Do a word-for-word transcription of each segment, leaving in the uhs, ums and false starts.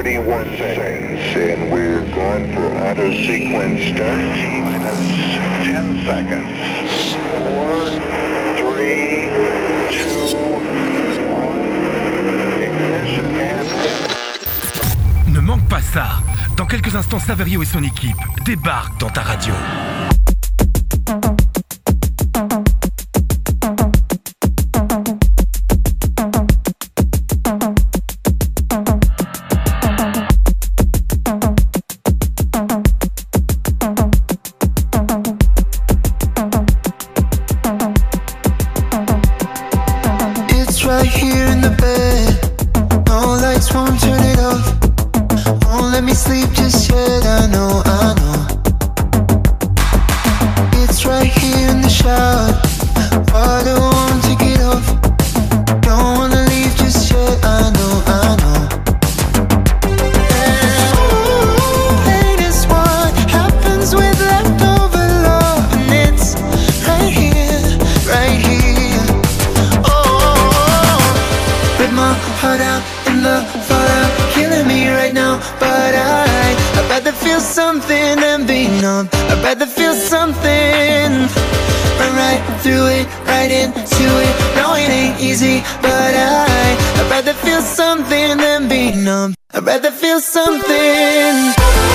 thirty-one seconds, and we're going for auto sequence start. Minus ten seconds. Four, three, two, one. Ignition and... Ne manque pas ça. Dans quelques instants, Saverio et son équipe débarquent dans ta radio. Right here in the bed, no lights, won't turn it off. Won't let me sleep just yet, I know, I know. It's right here in the shower, water won't take it off. Don't wanna leave just yet, I know, I know. And ooh, hate is what happens with leftover love, and it's right here, right here. My heart out in the fallout, killing me right now. But I, I'd rather feel something than be numb. I'd rather feel something. Run right through it, right into it. No, it ain't easy, but I, I'd rather feel something than be numb. I'd rather feel something.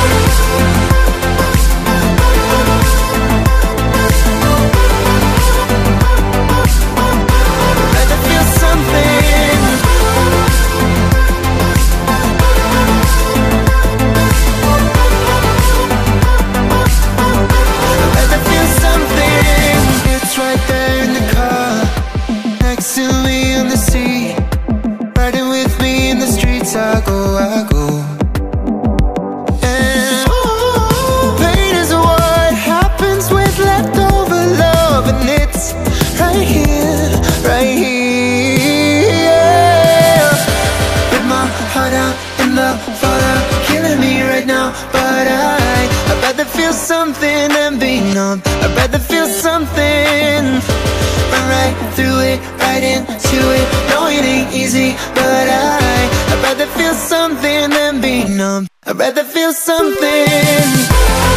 Right there in the car, next to me on the seat, riding with me in the streets. I go, I go. And ooh, pain is what happens with leftover love, and it's right here, right here. With my heart out in the fallout, killing me right now. But I, I'd rather feel something than be numb. I'd rather feel something. Run right through it, right into it. No, it ain't easy, but I, I'd rather feel something than be numb. I'd rather feel something.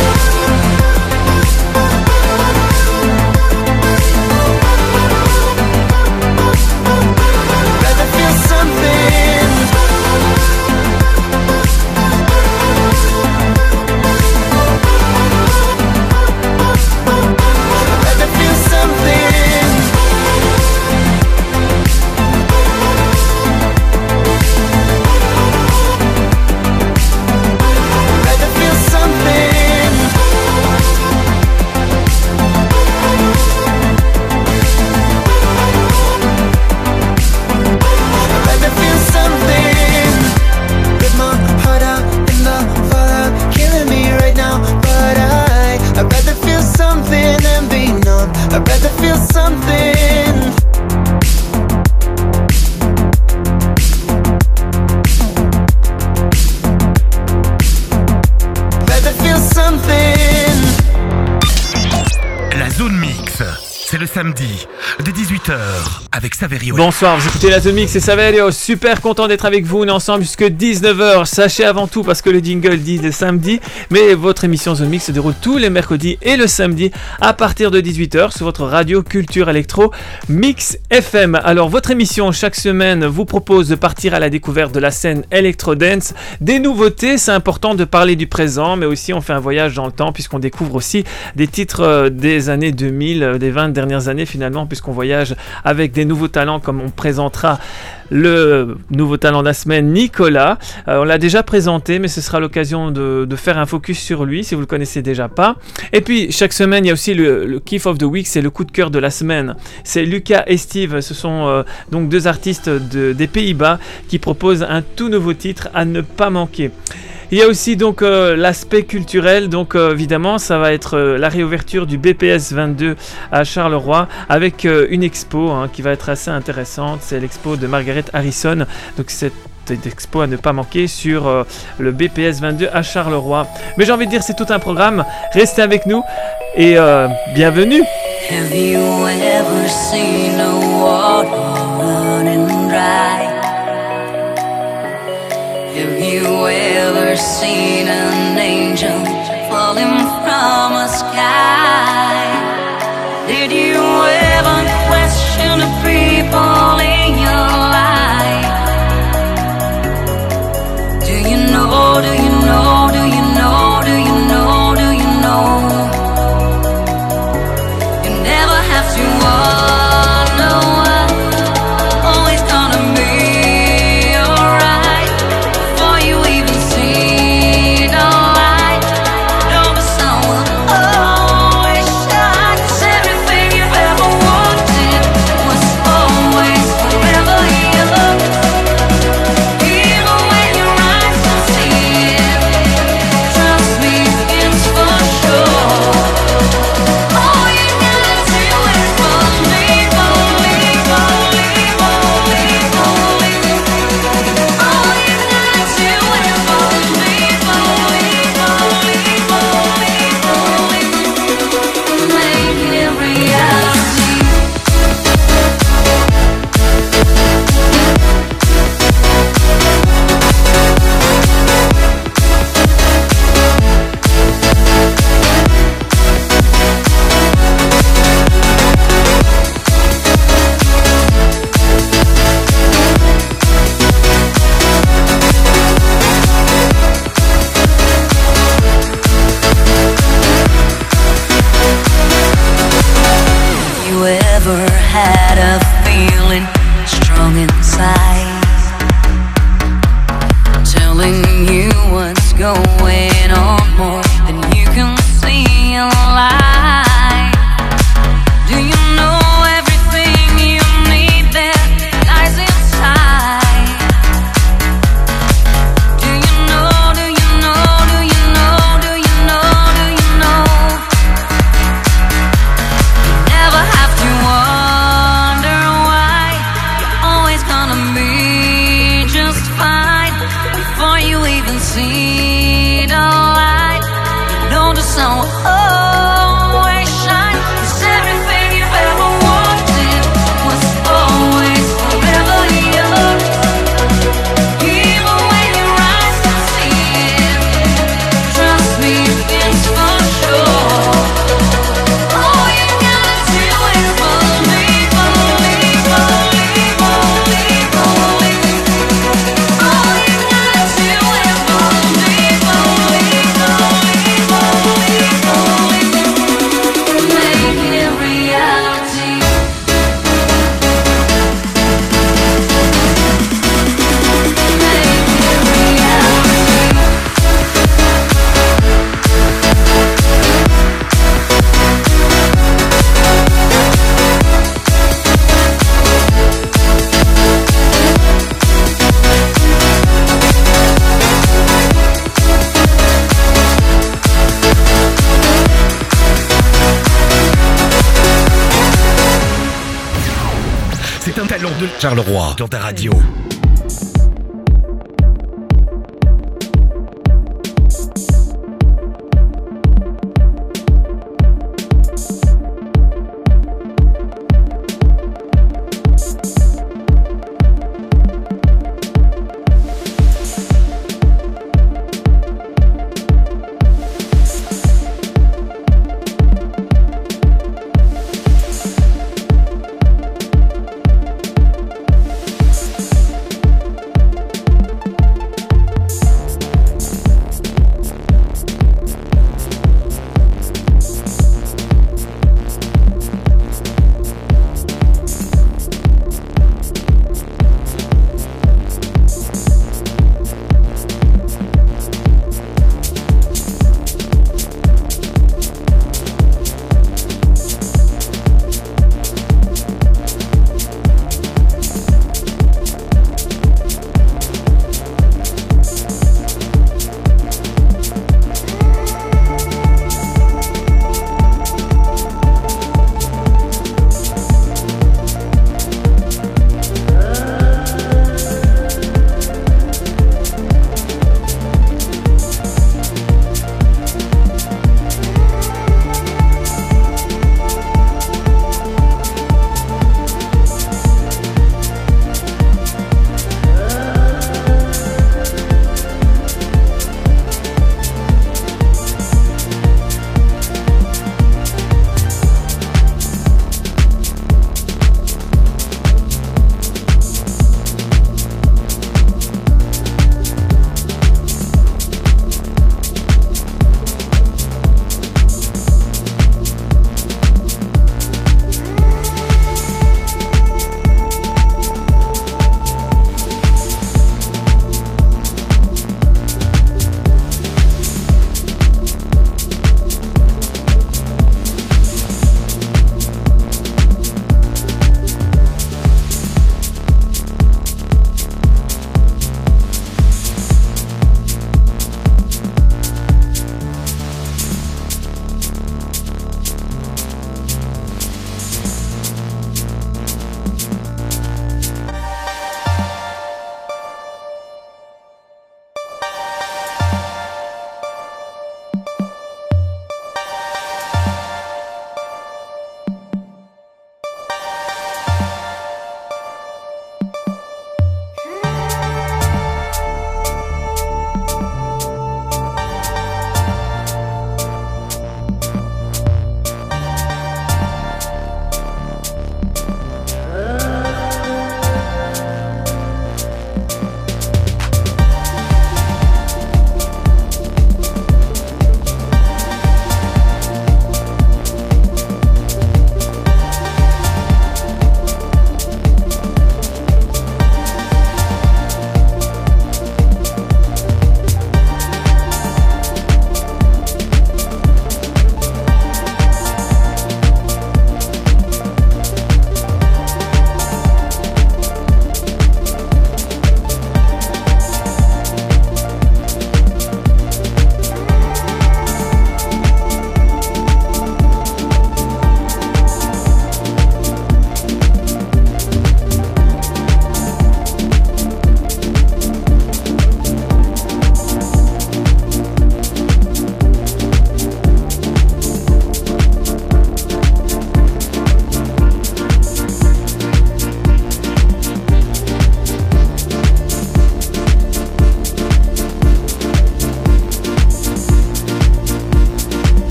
I'd rather feel something. Rather feel something. La zone mix, c'est le samedi de dix-huit heures avec Saverio. Bonsoir, vous écoutez la zone mix, c'est Saverio. Super content d'être avec vous. On est ensemble jusqu'à dix-neuf heures. Sachez avant tout, parce que le jingle dit le samedi, mais votre émission Zone Mix se déroule tous les mercredis et le samedi à partir de dix-huit heures sur votre radio Culture Electro Mix F M. Alors, votre émission chaque semaine vous propose de partir à la découverte de la scène Electro Dance, des nouveautés. C'est important de parler du présent, mais aussi on fait un voyage dans le temps puisqu'on découvre aussi des titres des années deux mille, des vingt dernières années finalement, puisqu'on voyage avec des nouveaux talents, comme on présentera le nouveau talent de la semaine, Nicolas. Euh, on l'a déjà présenté, mais ce sera l'occasion de, de faire un focus sur lui si vous le connaissez déjà pas. Et puis chaque semaine il y a aussi le, le Kiff of the Week, c'est le coup de cœur de la semaine. C'est Lucas et Steve, ce sont euh, donc deux artistes de, des Pays-Bas qui proposent un tout nouveau titre à ne pas manquer. Il y a aussi donc euh, l'aspect culturel, donc euh, évidemment ça va être euh, la réouverture du B P S vingt-deux à Charleroi avec euh, une expo hein, qui va être assez intéressante. C'est l'expo de Margaret Harrison, donc c'est une expo à ne pas manquer sur euh, le B P S vingt-deux à Charleroi. Mais j'ai envie de dire c'est tout un programme, restez avec nous et euh, bienvenue. Have you ever seen a water running dry? Have you ever seen an angel falling from a sky? Did you ever question the people in your life? Do you know, do you know, do you know, do you know, do you know? You never have to wonder why. Always gonna be alright before you even see the light. Know the sun will always shine, 'cause everything you've ever wanted was always forever yours. Even when your eyes don't see it, trust me, it's for sure. All you gotta do is believe, believe, believe, believe, believe. All you gotta do is believe, believe, believe, believe, believe. Make it reality. You ever had a feeling strong inside, telling you what's going on more than you can see in life? Do you know everything you need there lies inside? Do you know, do you know, do you know, do you know, do you know? Never have to wonder why. You're always gonna be just fine before you even see the light. You know the sun will always shine, 'cause everything you've ever wanted was always forever yours. Even when your eyes don't see it, trust me, it's for sure. All you gotta do is believe, believe, believe, believe, believe. All you gotta do is believe, believe, believe, believe, believe. Make it reality. Make it reality. C'est un talent de Charleroi dans ta radio.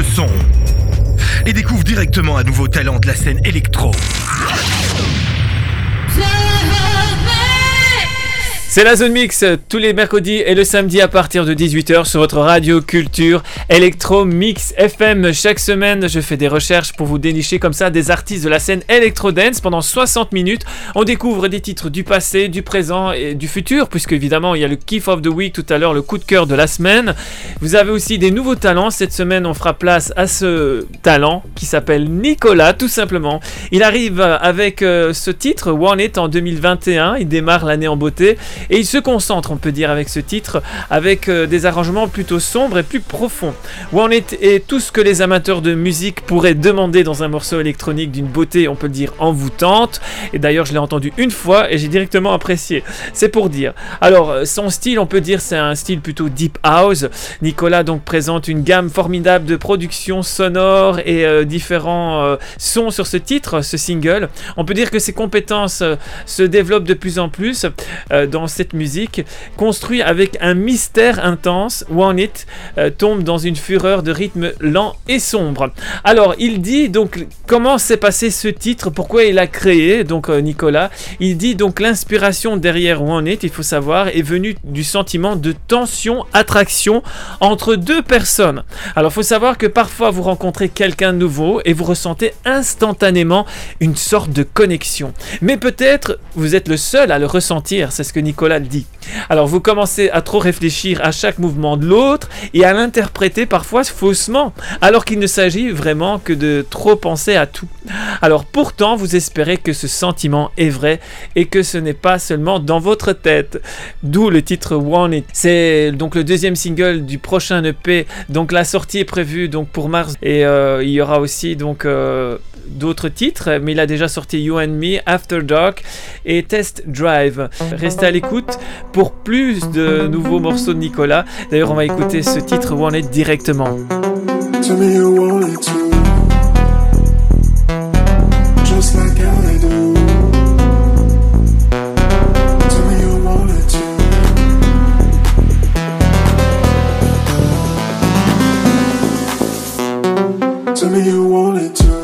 le son et découvre directement un nouveau talent de la scène électro. C'est la Zone Mix tous les mercredis et le samedi à partir de dix-huit heures sur votre radio culture Electro Mix F M. Chaque semaine, je fais des recherches pour vous dénicher comme ça des artistes de la scène Electro Dance pendant soixante minutes. On découvre des titres du passé, du présent et du futur, puisque évidemment il y a le Kiff of the Week tout à l'heure, le coup de cœur de la semaine. Vous avez aussi des nouveaux talents. Cette semaine, on fera place à ce talent qui s'appelle Nicolas, tout simplement. Il arrive avec euh, ce titre, Want It, en deux mille vingt et un. Il démarre l'année en beauté. Et il se concentre, on peut dire, avec ce titre, avec euh, des arrangements plutôt sombres et plus profonds. Want It est tout ce que les amateurs de musique pourraient demander dans un morceau électronique d'une beauté, on peut le dire, envoûtante. Et d'ailleurs, je l'ai entendu une fois et j'ai directement apprécié. C'est pour dire. Alors, son style, on peut dire, c'est un style plutôt deep house. Nicolas donc présente une gamme formidable de productions sonores et euh, différents euh, sons sur ce titre, ce single. On peut dire que ses compétences euh, se développent de plus en plus euh, dans cette musique, construit avec un mystère intense. Want It euh, tombe dans une fureur de rythme lent et sombre. Alors, il dit donc comment s'est passé ce titre, pourquoi il a créé, donc euh, Nicolas. Il dit donc l'inspiration derrière Want It, il faut savoir, est venue du sentiment de tension, attraction entre deux personnes. Alors, il faut savoir que parfois vous rencontrez quelqu'un de nouveau et vous ressentez instantanément une sorte de connexion. Mais peut-être vous êtes le seul à le ressentir, c'est ce que Nicolas le dit. Alors vous commencez à trop réfléchir à chaque mouvement de l'autre et à l'interpréter parfois faussement, alors qu'il ne s'agit vraiment que de trop penser à tout. Alors pourtant vous espérez que ce sentiment est vrai et que ce n'est pas seulement dans votre tête. D'où le titre Want It. C'est donc le deuxième single du prochain E P. Donc la sortie est prévue donc pour mars et euh, il y aura aussi donc euh, d'autres titres, mais il a déjà sorti You and Me, After Dark et Test Drive. Restez à l'écoute pour plus de nouveaux morceaux de Nicolas. D'ailleurs, on va écouter ce titre Want It directement. Tell me you want it too, just like I do. Tell me you want it too. Tell me you want it too.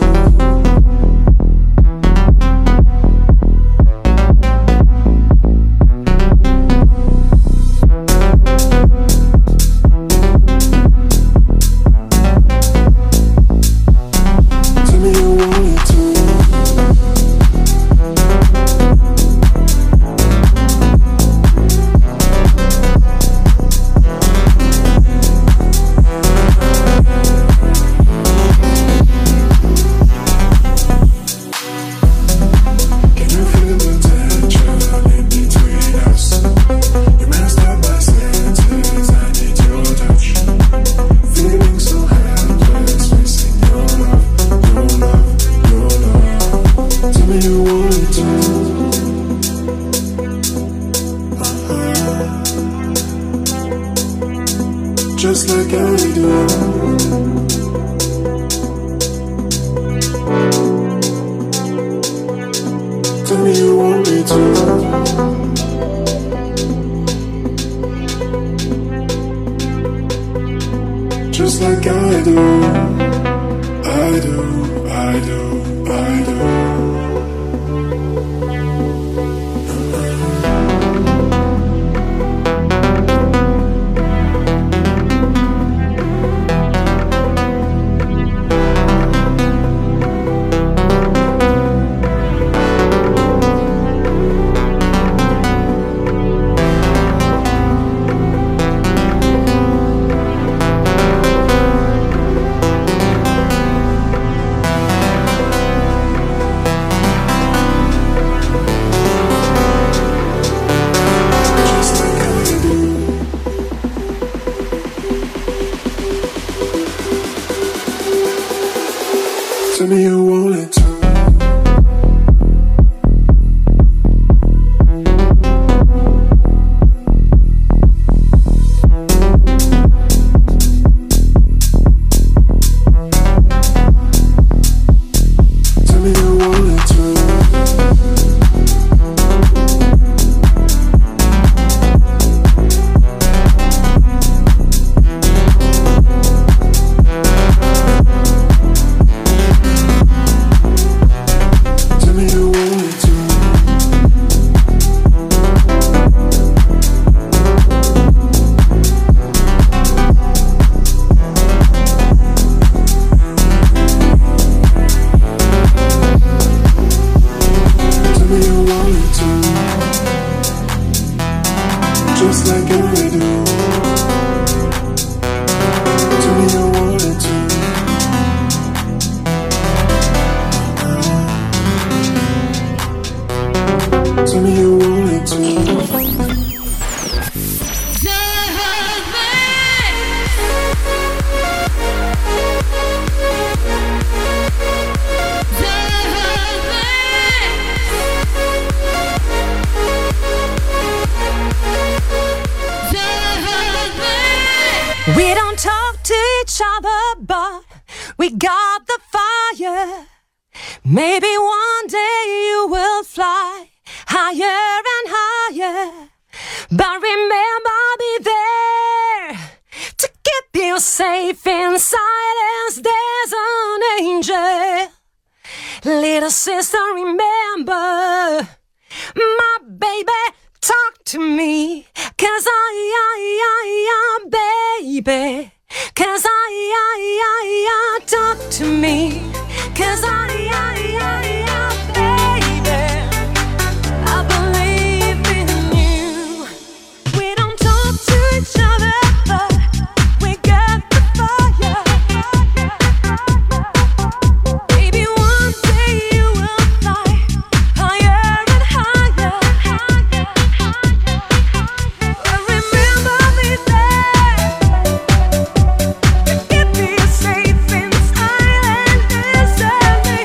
Just like I do. Tell me you want me to. Just like I do. I do, I do, I do. Tell me you want it too. Tell me you want it too. we got the fire. Maybe one day you will fly higher and higher. But remember, I'll be there to keep you safe in silence. There's an angel. Little sister, remember, my baby, talk to me. Cause I, I, I, I, baby. Cause I, I, I, I, talk to me. Cause I, I, I, I, baby, I believe in you. We don't talk to each other, but we got the fire. Maybe one day you will fly higher and higher. Remember me there to keep you safe in silence.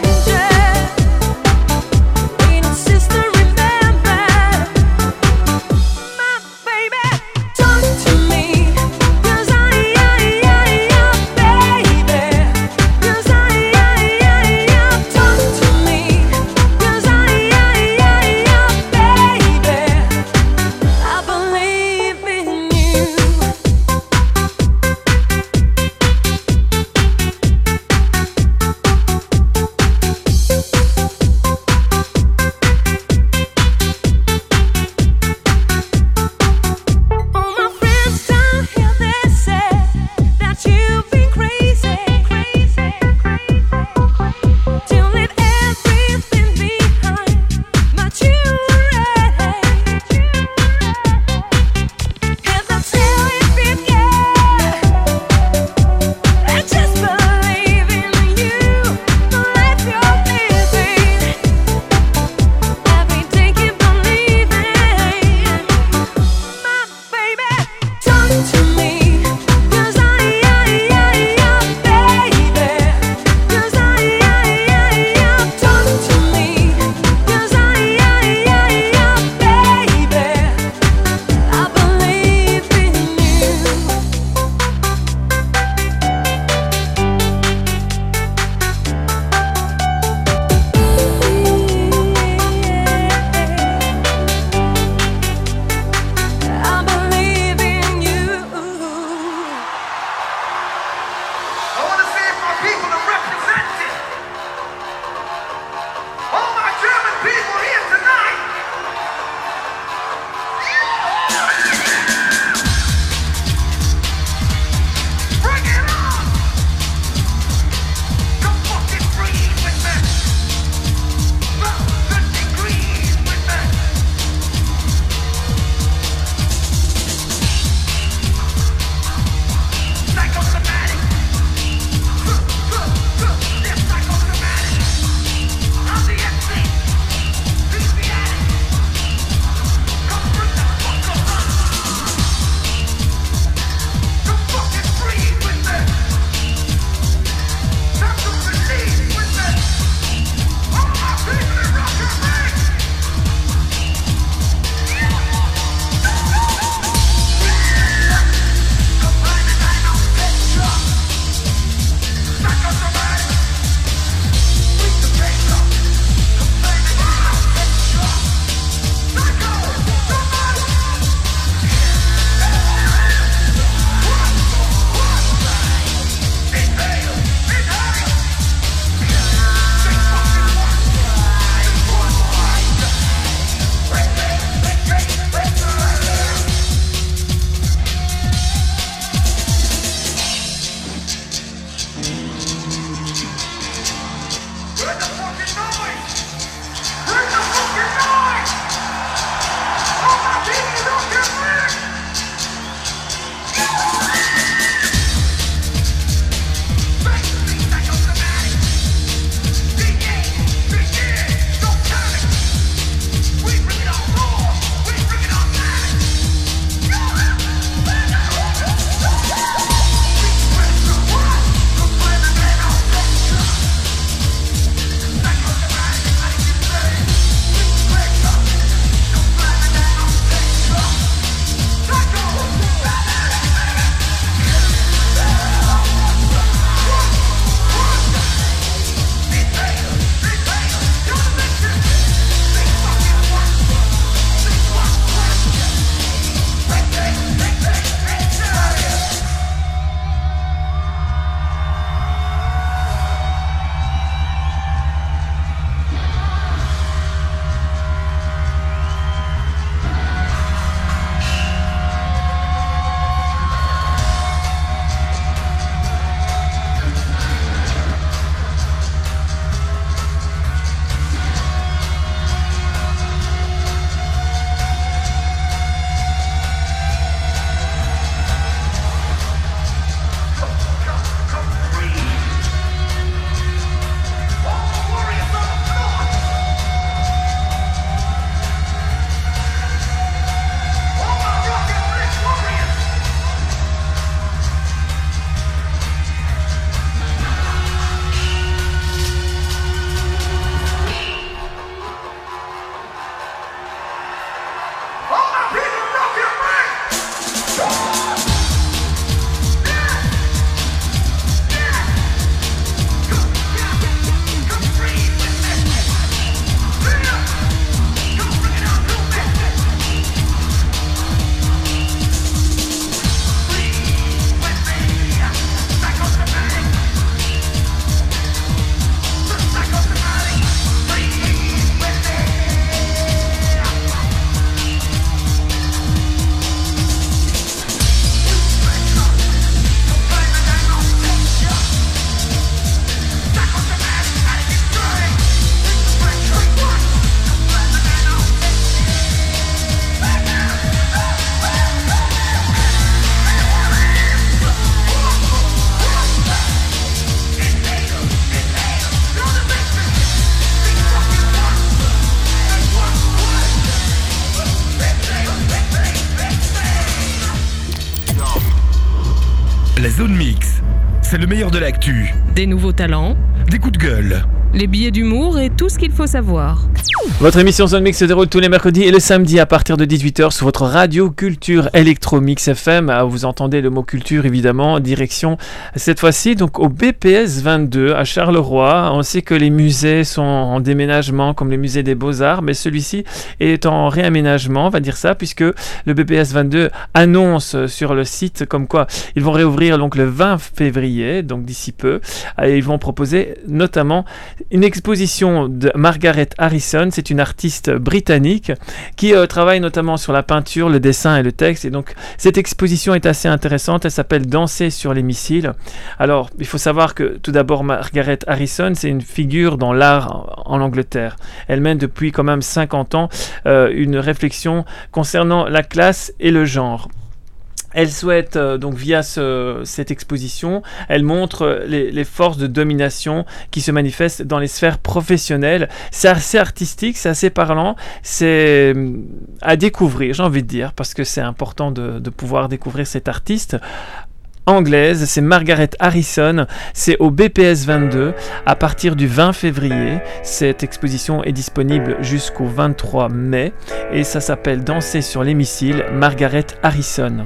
Zone Mix, c'est le meilleur de l'actu. Des nouveaux talents, des coups de gueule, les billets d'humour et tout ce qu'il faut savoir. Votre émission Zone Mix se déroule tous les mercredis et le samedi à partir de dix-huit heures sur votre radio Culture Electro Mix F M. Vous entendez le mot culture évidemment, direction cette fois-ci donc au B P S vingt-deux à Charleroi. On sait que les musées sont en déménagement comme le musée des Beaux-Arts, mais celui-ci est en réaménagement, on va dire ça, puisque le B P S vingt-deux annonce sur le site comme quoi ils vont réouvrir donc le vingt février, donc d'ici peu, et ils vont proposer notamment une exposition de Margaret Harrison. C'est une artiste britannique qui euh, travaille notamment sur la peinture, le dessin et le texte. Et donc, cette exposition est assez intéressante. Elle s'appelle Danser sur les missiles. Alors, il faut savoir que tout d'abord, Margaret Harrison, c'est une figure dans l'art en Angleterre. Elle mène depuis quand même cinquante ans euh, une réflexion concernant la classe et le genre. Elle souhaite, euh, donc via ce, cette exposition, elle montre les, les forces de domination qui se manifestent dans les sphères professionnelles. C'est assez artistique, c'est assez parlant, c'est à découvrir, j'ai envie de dire, parce que c'est important de, de pouvoir découvrir cette artiste anglaise. C'est Margaret Harrison, c'est au B P S vingt-deux à partir du vingt février. Cette exposition est disponible jusqu'au vingt-trois mai et ça s'appelle Danser sur les missiles, Margaret Harrison.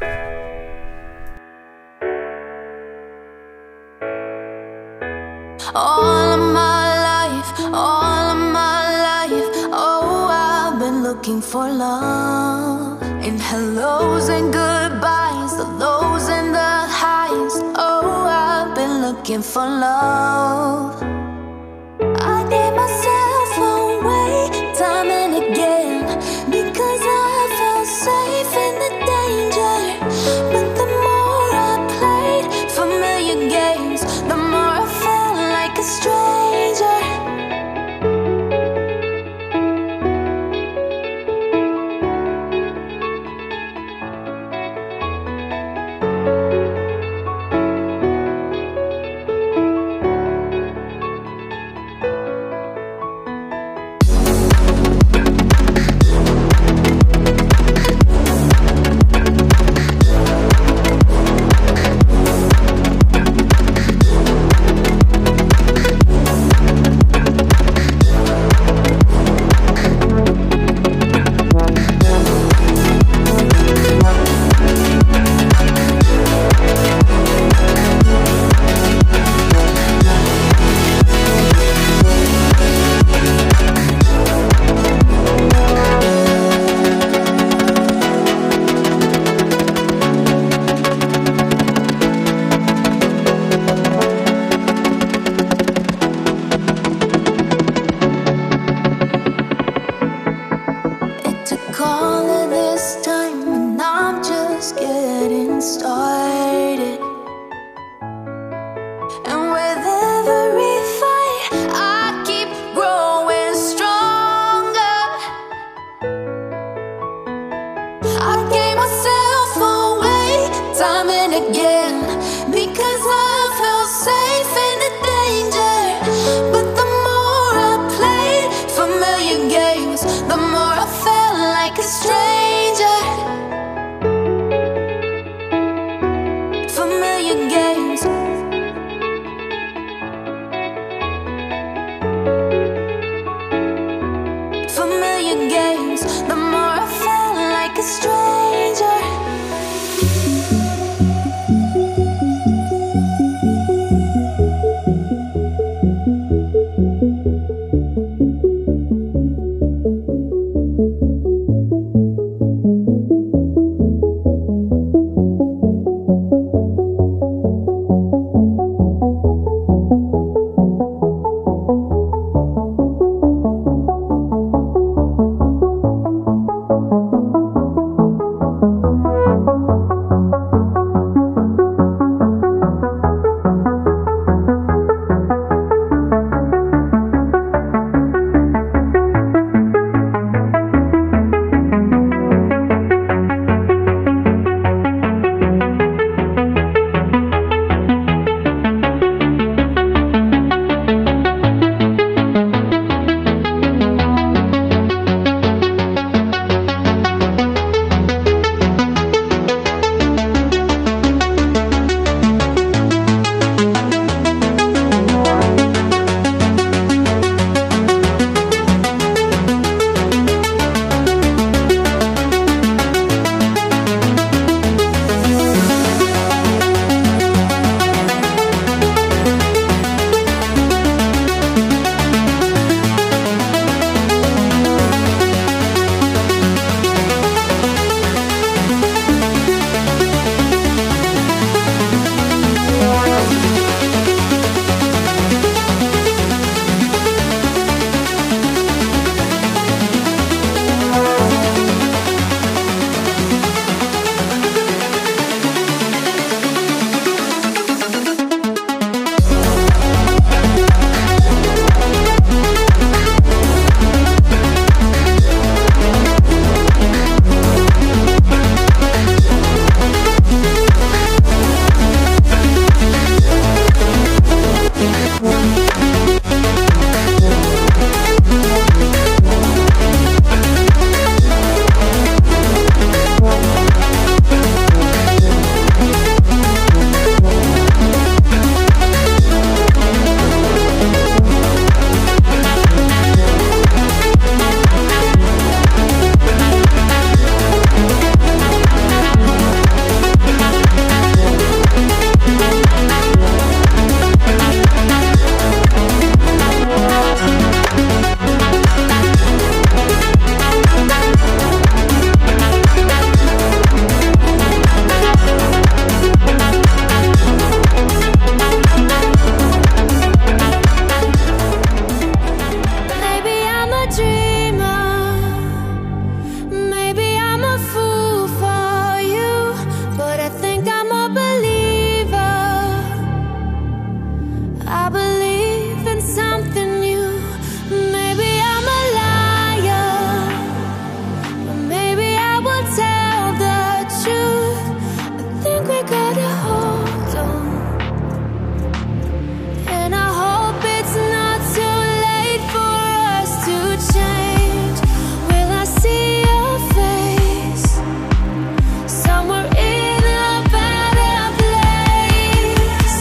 All of my life, all of my life, oh, I've been looking for love. In hellos and goodbyes, the lows and the highs, oh, I've been looking for love. I gave myself away time and again because I felt safe in the danger. But the more I played familiar games, the more I felt like a stranger. I believe in something new. Maybe I'm a liar, but maybe I will tell the truth. I think we gotta hold on, and I hope it's not too late for us to change. Will I see your face somewhere in a better place?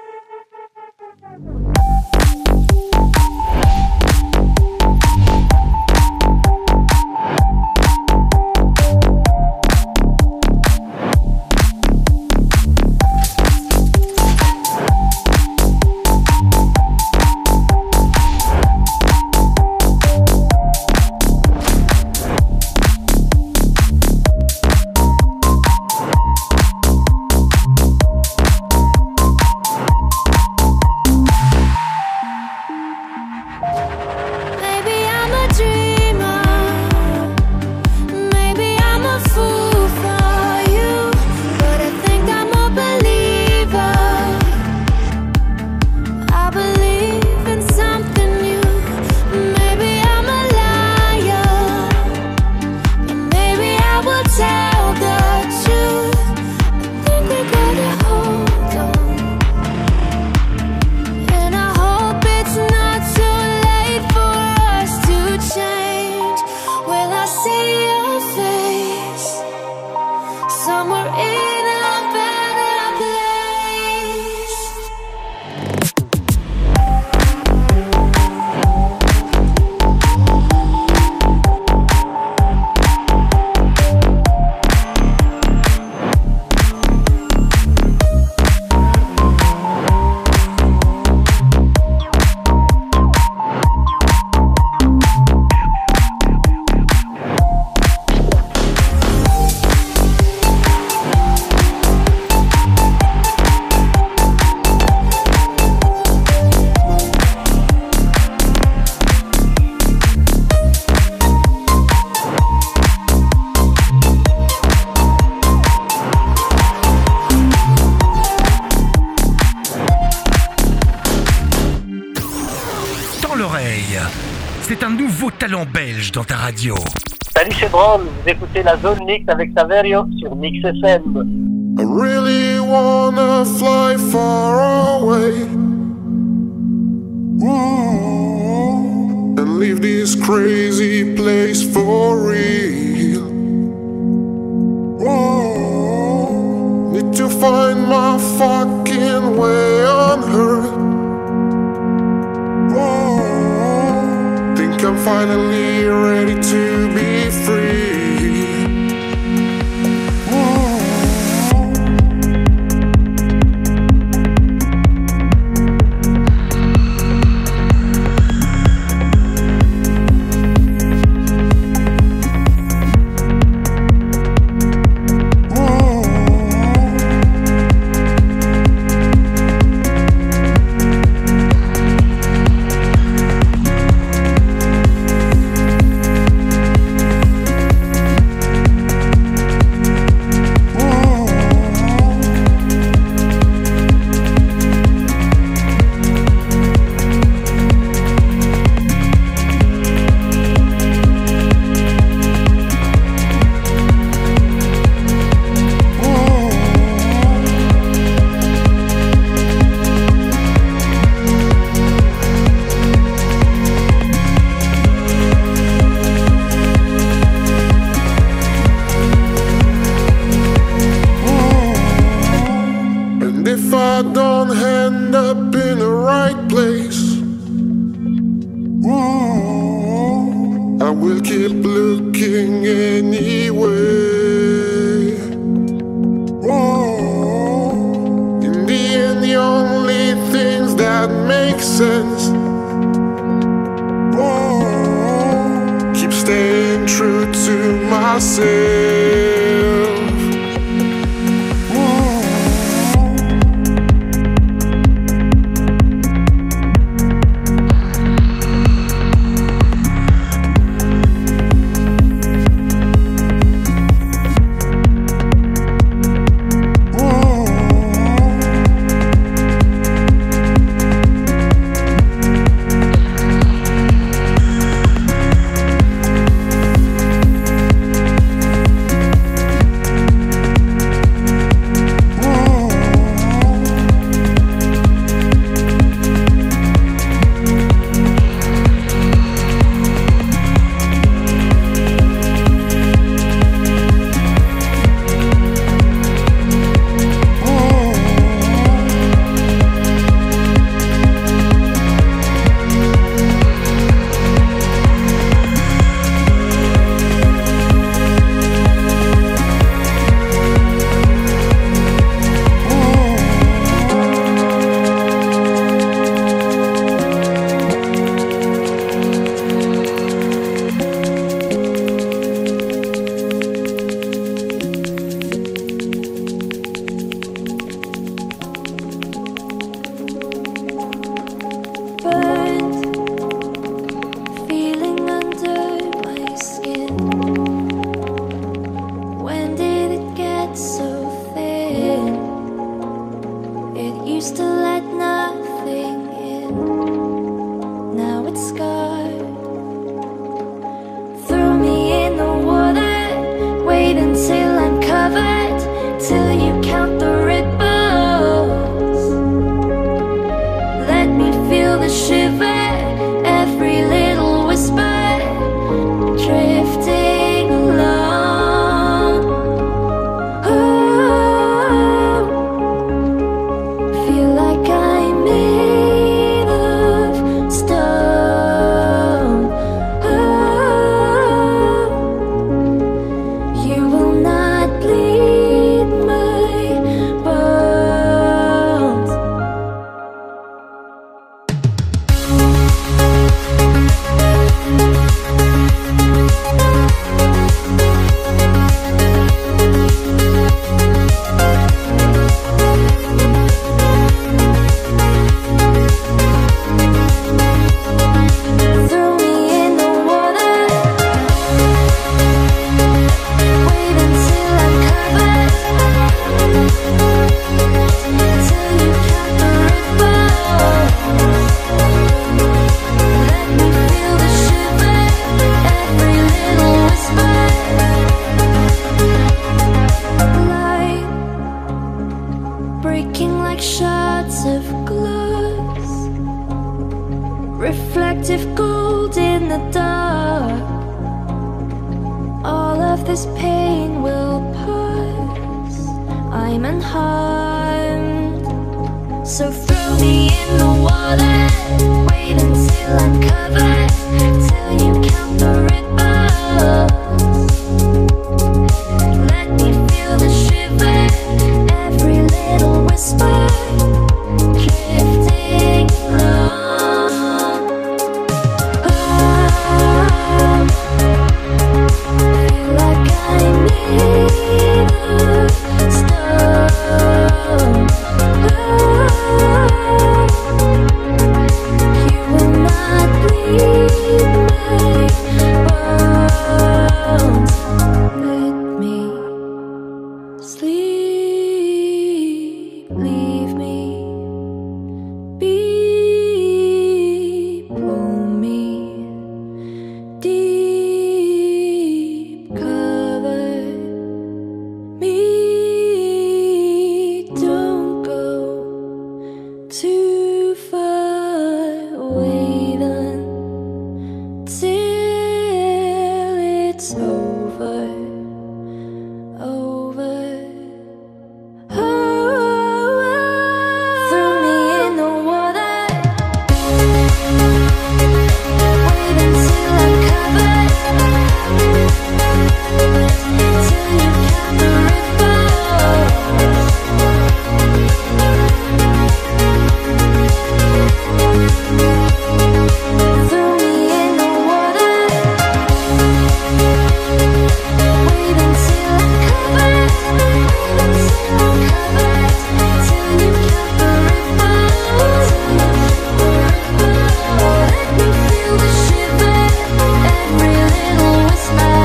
Maybe I'm a dreamer, maybe I'm a fool for you, but I think I'm a believer. I believe in something new. Maybe I'm a liar, but maybe I will tell the truth. I think we gotta hold on, and I hope it's not too late for us to change. Will I see your face somewhere in a better place? Dans l'oreille, c'est un nouveau talent belge dans ta radio. Salut chez Drôle, vous écoutez la zone mix avec Saverio sur Mix F M. I really wanna fly far away, ooh, and leave this crazy place for real. Ooh, need to find my fucking way on Earth. Ooh, think I'm finally ready to be free. shiver, every little whisper, drifting along. Oh, feel like I'm made of stone. Oh, you will not bleed my bones. Throw me in the water, wait until I'm covered, till you count the ripples. Let me feel the shiver, every little whisper. Light breaking like shards of glass, reflective gold in the dark. All of this pain will pass, I'm unharmed. So throw me in the water, wait until I'm covered, till you count the ripples. Let me feel the shiver, every little whisper, drifting along. Oh, feel like I'm made of stone. Oh, you will not bleed my bones. Let me sleep, leave me be, pull me deep, cover me, don't go too far, wait until it's over, over. Oh, throw me in the water, wait until I'm covered, till you count the ripples. Throw me in the water, wait until I'm covered, till you count the ripples. Let me feel the shiver, every little whisper.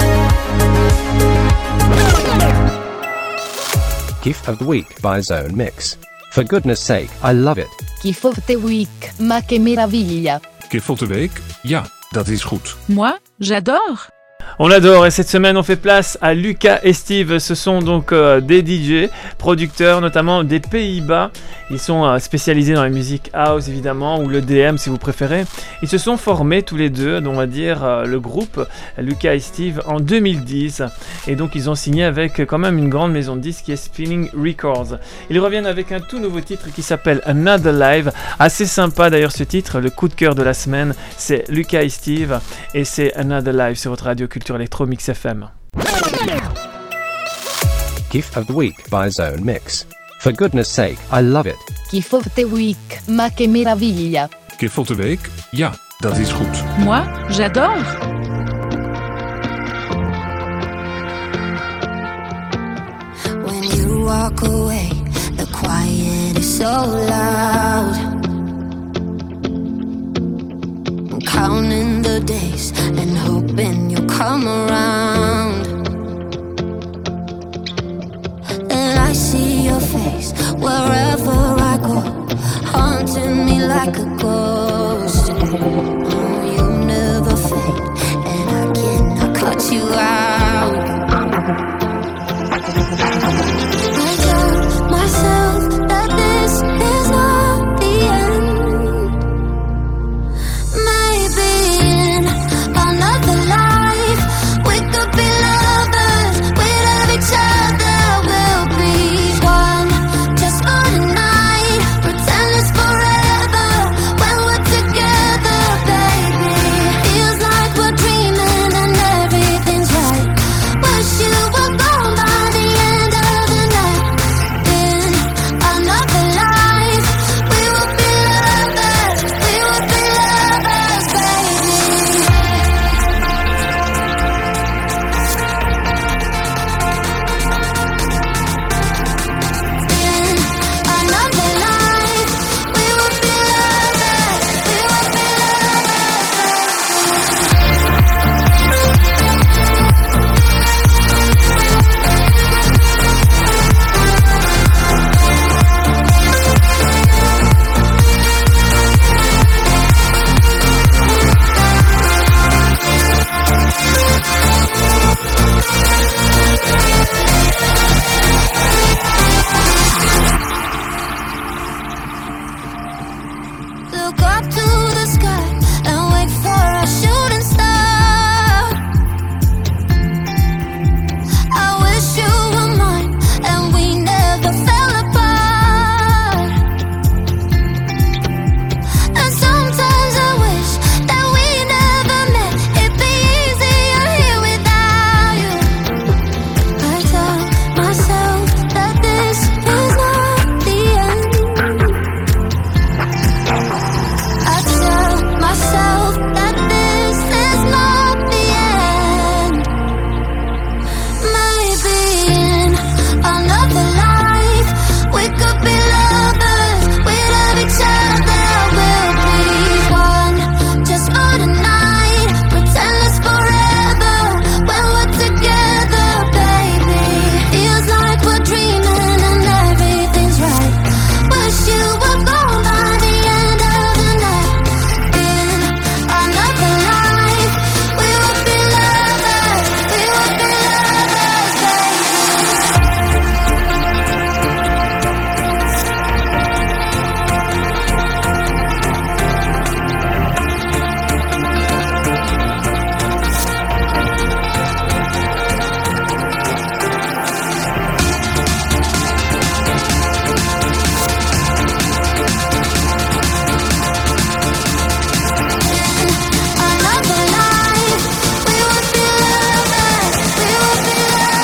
Gift of the Week by Zone Mix. For goodness sake, I love it. Gift of the Week, ma che meraviglia. Gift of the Week? Ja, dat is goed. Moi, j'adore. On adore et cette semaine on fait place à Lucas et Steve. Ce sont donc euh, des D J, producteurs notamment des Pays-Bas. Ils sont euh, spécialisés dans la musique house évidemment ou le D M si vous préférez. Ils se sont formés tous les deux, on va dire euh, le groupe Lucas et Steve en deux mille dix et donc ils ont signé avec euh, quand même une grande maison de disques qui est Spinning Records. Ils reviennent avec un tout nouveau titre qui s'appelle Another Live. Assez sympa d'ailleurs ce titre, le coup de cœur de la semaine c'est Lucas et Steve et c'est Another Live sur votre radio Culture Electro Mix F M. Gift of the Week by Zone Mix. For goodness sake, I love it. Gift of the Week, ma che meraviglia. Gift of the Week? Ja, dat is goed. Moi, j'adore. When you walk away, the quiet is so loud. I'm counting the days and hoping you'll come around. And I see your face wherever I go, haunting me like a ghost. Oh, you never fade, and I cannot cut you out. I tell myself that this is not the end, look up to the sky and wait for a shooting star. I wish you were mine and we never fell apart. And sometimes I wish that we never met. It'd be easier here without you. I tell myself that this is not the end. I tell myself that this is not the end. Maybe in another life we could be lovers. We'd have each other. We'll be one just for the night. Pretend it's forever when we're together, baby. Feels like we're dreaming and everything's right. Wish you were gone by the end of the night. In another life, we would be lovers. We would be lovers, baby. Another life, we would be lovers. We would be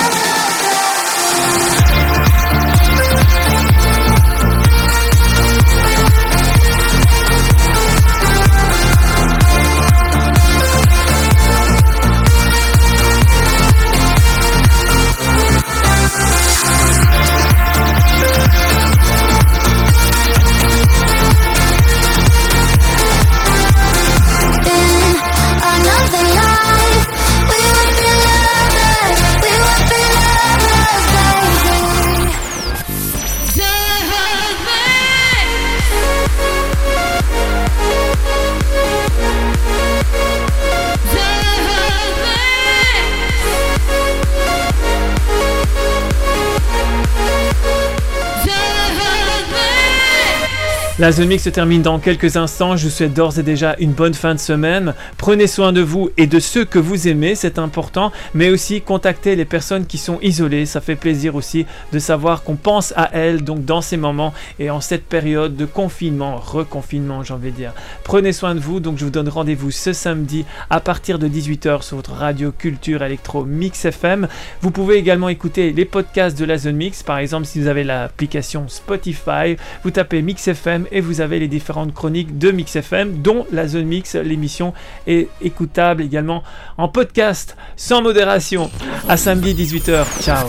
in another life, we would be lovers. We would be lovers, baby. La Zone Mix se termine dans quelques instants. Je vous souhaite d'ores et déjà une bonne fin de semaine. Prenez soin de vous et de ceux que vous aimez, c'est important. Mais aussi contactez les personnes qui sont isolées. Ça fait plaisir aussi de savoir qu'on pense à elles donc dans ces moments et en cette période de confinement, reconfinement j'ai envie de dire. Prenez soin de vous. Donc je vous donne rendez-vous ce samedi à partir de dix-huit heures sur votre radio culture électro Mix F M. Vous pouvez également écouter les podcasts de la Zone Mix. Par exemple, si vous avez l'application Spotify, vous tapez Mix F M et vous avez les différentes chroniques de Mix F M, dont la Zone Mix. L'émission est écoutable également en podcast sans modération. À samedi dix-huit heures. Ciao.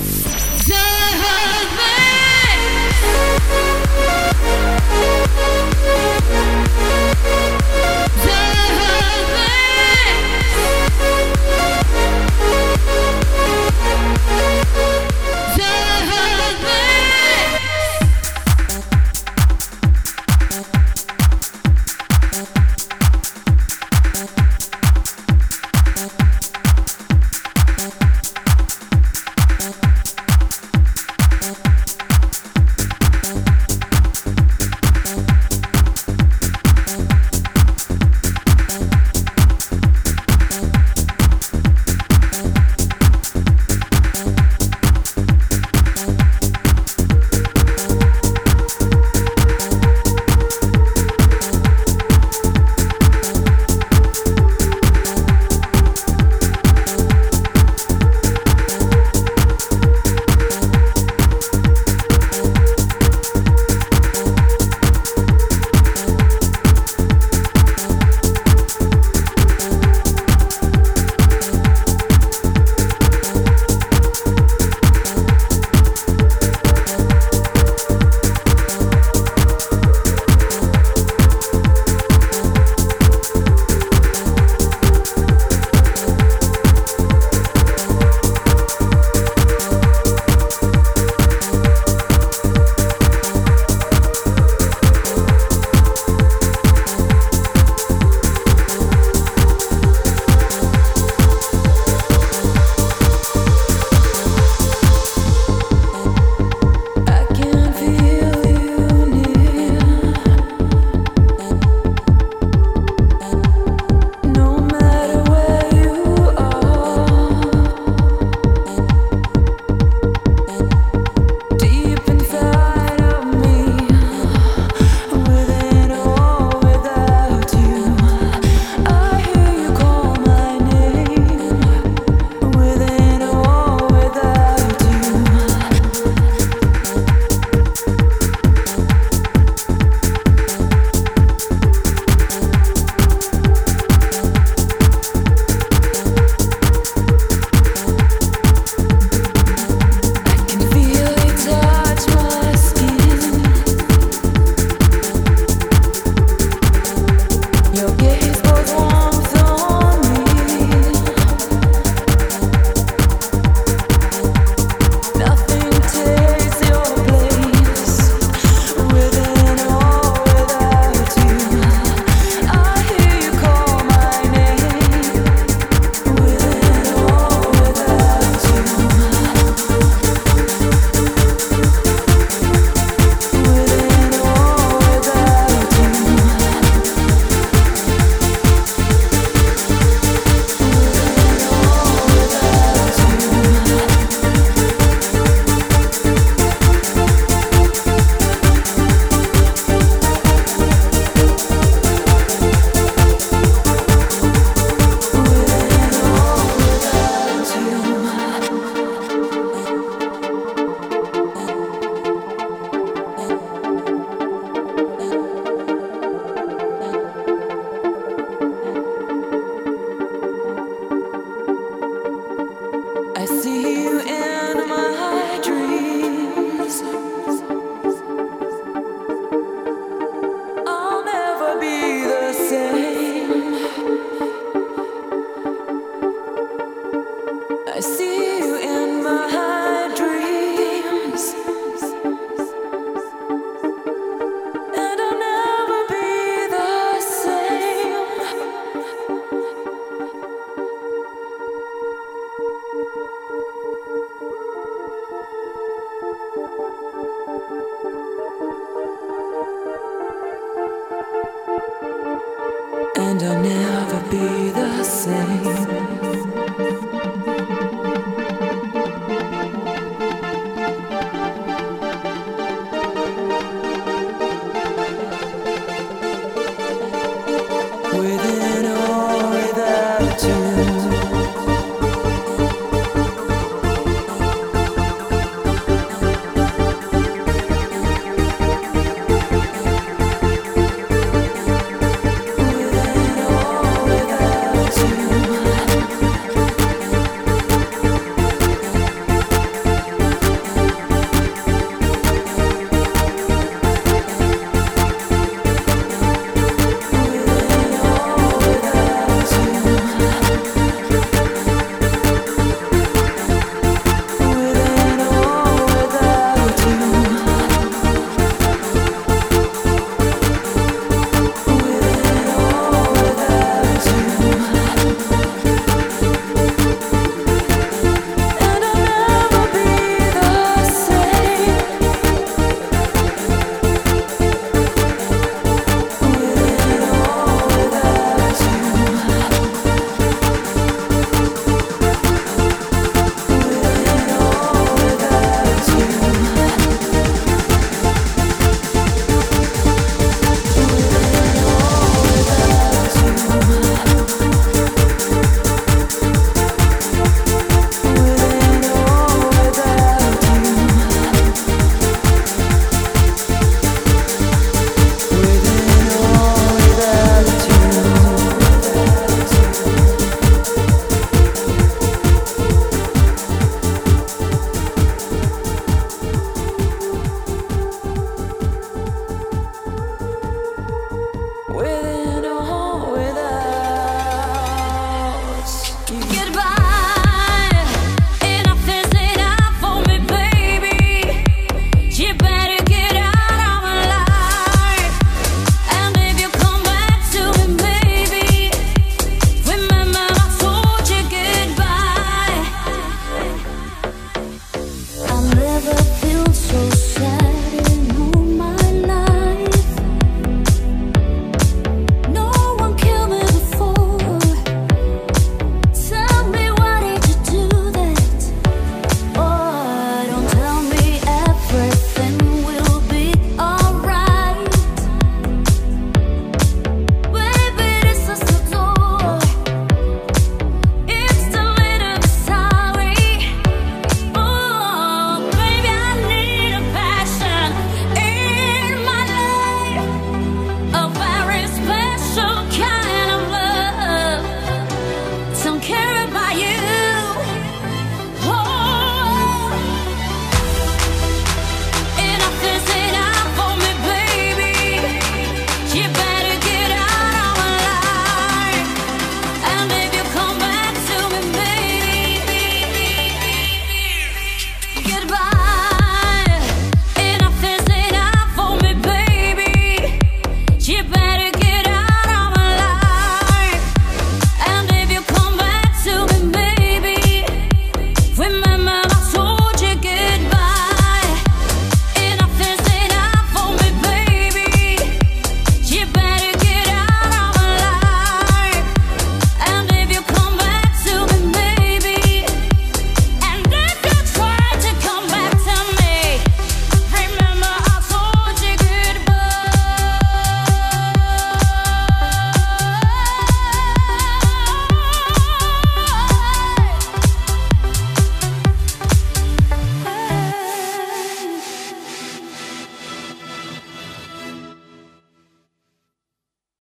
and I'll never be the same.